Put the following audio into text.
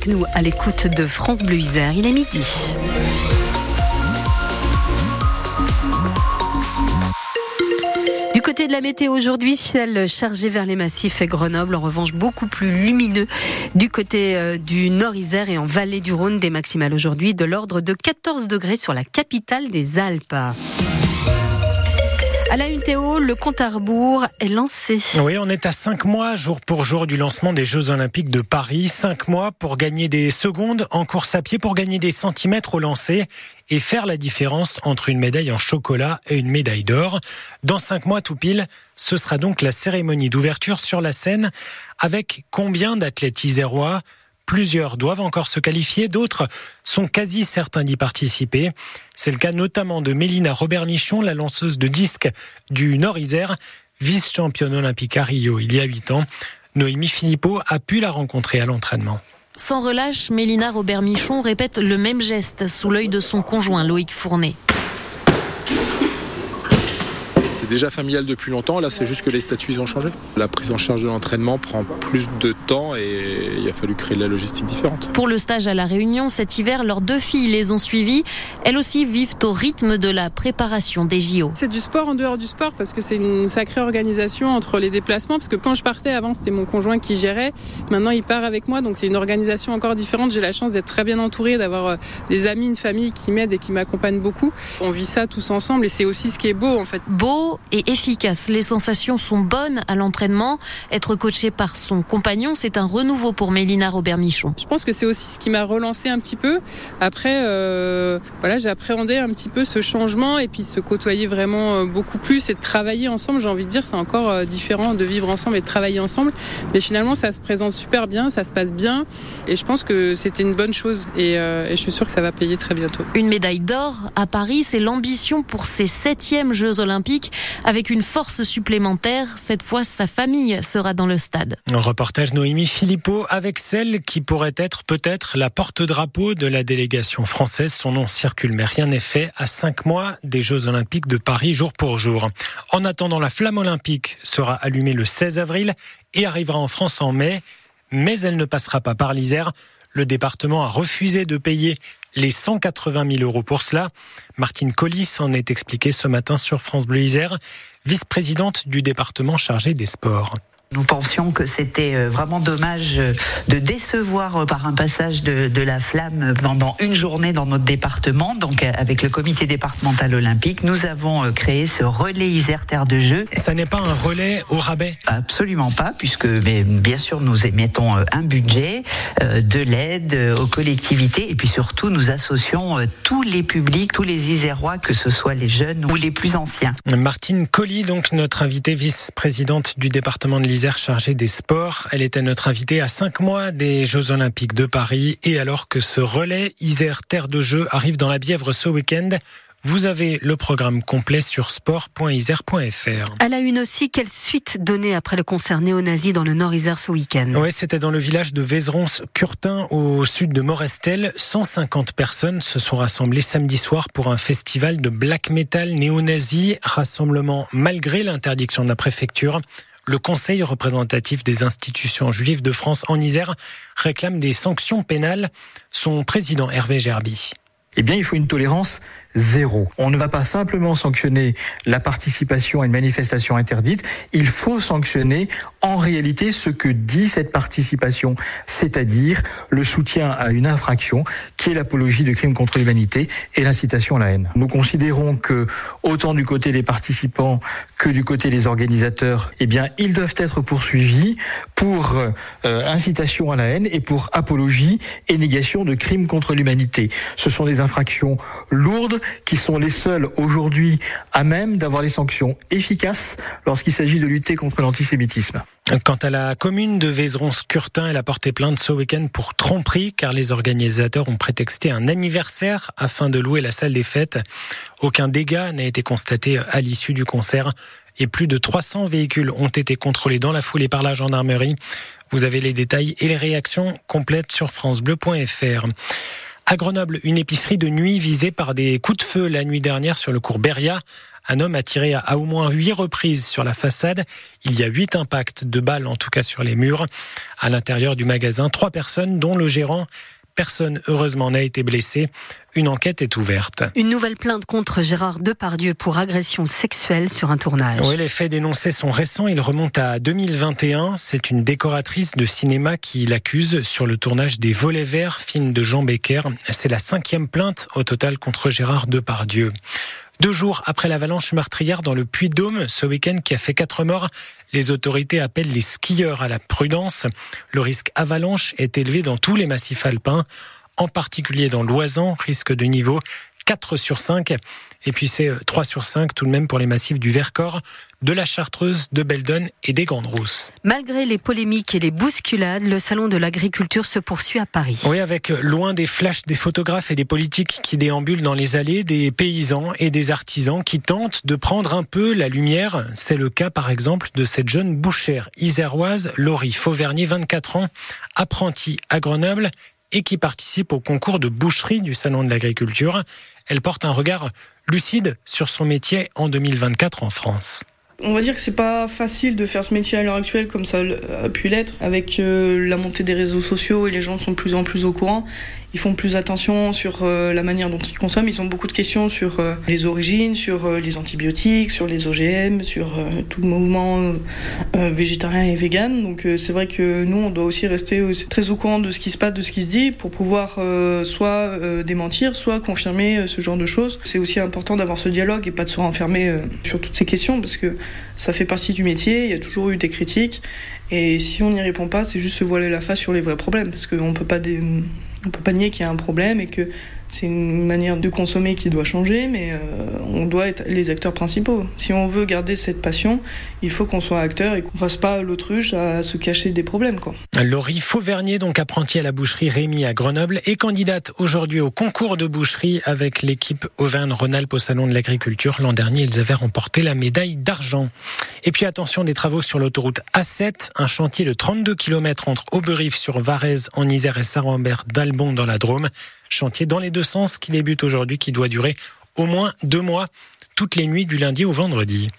avec nous à l'écoute de France Bleu Isère. Il est midi. Du côté de la météo aujourd'hui, ciel chargé vers les massifs et Grenoble. En revanche, beaucoup plus lumineux du côté du Nord-Isère et en vallée du Rhône. Des maximales aujourd'hui de l'ordre de 14 degrés sur la capitale des Alpes. À la une Théo, le compte à rebours est lancé. Oui, on est à 5 mois jour pour jour du lancement des Jeux Olympiques de Paris. 5 mois pour gagner des secondes en course à pied, pour gagner des centimètres au lancer et faire la différence entre une médaille en chocolat et une médaille d'or. Dans 5 mois tout pile, ce sera donc la cérémonie d'ouverture sur la scène avec combien d'athlètes isérois ? Plusieurs doivent encore se qualifier, d'autres sont quasi certains d'y participer. C'est le cas notamment de Mélina Robert-Michon, la lanceuse de disque du Nord-Isère, vice-championne olympique à Rio il y a 8 ans. Noémie Philippot a pu la rencontrer à l'entraînement. Sans relâche, Mélina Robert-Michon répète le même geste sous l'œil de son conjoint Loïc Fournet. C'est déjà familial depuis longtemps, là c'est juste que les statuts ont changé. La prise en charge de l'entraînement prend plus de temps et il a fallu créer de la logistique différente. Pour le stage à La Réunion cet hiver, leurs 2 filles les ont suivies. Elles aussi vivent au rythme de la préparation des JO. C'est du sport en dehors du sport parce que c'est une sacrée organisation entre les déplacements. Parce que quand je partais avant, c'était mon conjoint qui gérait. Maintenant, il part avec moi, donc c'est une organisation encore différente. J'ai la chance d'être très bien entourée, d'avoir des amis, une famille qui m'aident et qui m'accompagnent beaucoup. On vit ça tous ensemble et c'est aussi ce qui est beau en fait. Beau et efficace. Les sensations sont bonnes à l'entraînement. Être coachée par son compagnon, c'est un renouveau pour Mélina Robert-Michon. Je pense que c'est aussi ce qui m'a relancée un petit peu. Après, j'ai appréhendé un petit peu ce changement et puis se côtoyer vraiment beaucoup plus et de travailler ensemble. J'ai envie de dire, c'est encore différent de vivre ensemble et de travailler ensemble. Mais finalement, ça se présente super bien, ça se passe bien et je pense que c'était une bonne chose et je suis sûre que ça va payer très bientôt. Une médaille d'or à Paris, c'est l'ambition pour ses 7e Jeux Olympiques. Avec une force supplémentaire, cette fois sa famille sera dans le stade. Un reportage Noémie Philippot avec celle qui pourrait être peut-être la porte-drapeau de la délégation française. Son nom circule mais rien n'est fait à 5 mois des Jeux Olympiques de Paris jour pour jour. En attendant, la flamme olympique sera allumée le 16 avril et arrivera en France en mai, mais elle ne passera pas par l'Isère. Le département a refusé de payer les 180 000 euros pour cela. Martine Colly s'en est expliquée ce matin sur France Bleu Isère, vice-présidente du département chargée des sports. Nous pensions que c'était vraiment dommage de décevoir par un passage de la flamme pendant une journée dans notre département. Donc avec le comité départemental olympique, nous avons créé ce relais Isère Terre de Jeux. Ça n'est pas un relais au rabais ? Absolument pas, puisque bien sûr nous émettons un budget, de l'aide aux collectivités et puis surtout nous associons tous les publics, tous les Isérois, que ce soit les jeunes ou les plus anciens. Martine Colly, donc notre invitée vice-présidente du département de l'Isère chargée des sports. Elle était notre invitée à 5 mois des Jeux Olympiques de Paris. Et alors que ce relais Isère Terre de Jeux arrive dans la Bièvre ce week-end, vous avez le programme complet sur sport.isère.fr. À la une aussi, quelle suite donner après le concert néo-nazi dans le Nord-Isère ce week-end ? Oui, c'était dans le village de Vézeronce-Curtin, au sud de Morestel. 150 personnes se sont rassemblées samedi soir pour un festival de black metal néo-nazi. Rassemblement malgré l'interdiction de la préfecture. Le Conseil représentatif des institutions juives de France en Isère réclame des sanctions pénales. Son président Hervé Gerby. Eh bien, il faut une tolérance zéro. On ne va pas simplement sanctionner la participation à une manifestation interdite, il faut sanctionner en réalité ce que dit cette participation, c'est-à-dire le soutien à une infraction qui est l'apologie de crimes contre l'humanité et l'incitation à la haine. Nous considérons que, autant du côté des participants que du côté des organisateurs, eh bien, ils doivent être poursuivis pour incitation à la haine et pour apologie et négation de crimes contre l'humanité. Ce sont des infractions lourdes qui sont les seules aujourd'hui à même d'avoir les sanctions efficaces lorsqu'il s'agit de lutter contre l'antisémitisme. Quant à la commune de Vézeronce-Curtin, elle a porté plainte ce week-end pour tromperie car les organisateurs ont prétexté un anniversaire afin de louer la salle des fêtes. Aucun dégât n'a été constaté à l'issue du concert et plus de 300 véhicules ont été contrôlés dans la foulée par la gendarmerie. Vous avez les détails et les réactions complètes sur francebleu.fr. À Grenoble, une épicerie de nuit visée par des coups de feu la nuit dernière sur le cours Beria. Un homme a tiré à au moins 8 reprises sur la façade. Il y a 8 impacts de balles, en tout cas sur les murs. À l'intérieur du magasin, 3 personnes, dont le gérant. Personne, heureusement, n'a été blessé. Une enquête est ouverte. Une nouvelle plainte contre Gérard Depardieu pour agression sexuelle sur un tournage. Oui, les faits dénoncés sont récents. Ils remontent à 2021. C'est une décoratrice de cinéma qui l'accuse sur le tournage des Volets Verts, film de Jean Becker. C'est la 5e plainte au total contre Gérard Depardieu. 2 jours après l'avalanche meurtrière dans le Puy-de-Dôme, ce week-end qui a fait 4 morts, les autorités appellent les skieurs à la prudence. Le risque avalanche est élevé dans tous les massifs alpins, en particulier dans l'Oisans, risque de niveau 4 sur 5. Et puis c'est 3 sur 5 tout de même pour les massifs du Vercors, de la Chartreuse, de Beldon et des Grandes Rousses. Malgré les polémiques et les bousculades, le salon de l'agriculture se poursuit à Paris. Oui, avec loin des flashs des photographes et des politiques qui déambulent dans les allées, des paysans et des artisans qui tentent de prendre un peu la lumière. C'est le cas par exemple de cette jeune bouchère iséroise, Laurie Fauvernier, 24 ans, apprentie à Grenoble et qui participe au concours de boucherie du salon de l'agriculture. Elle porte un regard lucide sur son métier en 2024 en France. On va dire que c'est pas facile de faire ce métier à l'heure actuelle comme ça a pu l'être. Avec la montée des réseaux sociaux et les gens sont de plus en plus au courant. Ils font plus attention sur la manière dont ils consomment. Ils ont beaucoup de questions sur les origines, sur les antibiotiques, sur les OGM, sur tout le mouvement végétarien et vegan. Donc c'est vrai que nous, on doit aussi rester très au courant de ce qui se passe, de ce qui se dit, pour pouvoir soit démentir, soit confirmer ce genre de choses. C'est aussi important d'avoir ce dialogue et pas de se renfermer sur toutes ces questions, parce que ça fait partie du métier, il y a toujours eu des critiques. Et si on n'y répond pas, c'est juste se voiler la face sur les vrais problèmes, parce qu'on peut pas nier qu'il y a un problème et que c'est une manière de consommer qui doit changer, mais on doit être les acteurs principaux. Si on veut garder cette passion, il faut qu'on soit acteur et qu'on fasse pas l'autruche à se cacher des problèmes, quoi. Laurie Fauvernier, donc apprentie à la boucherie Rémy à Grenoble, est candidate aujourd'hui au concours de boucherie avec l'équipe Auvergne-Rhône-Alpes au Salon de l'Agriculture. L'an dernier, ils avaient remporté la médaille d'argent. Et puis attention, des travaux sur l'autoroute A7, un chantier de 32 km entre Auberive-sur-Varèse en Isère et Saint-Rambert-d'Albon dans la Drôme. Chantier dans les deux sens qui débute aujourd'hui, qui doit durer au moins 2 mois, toutes les nuits du lundi au vendredi.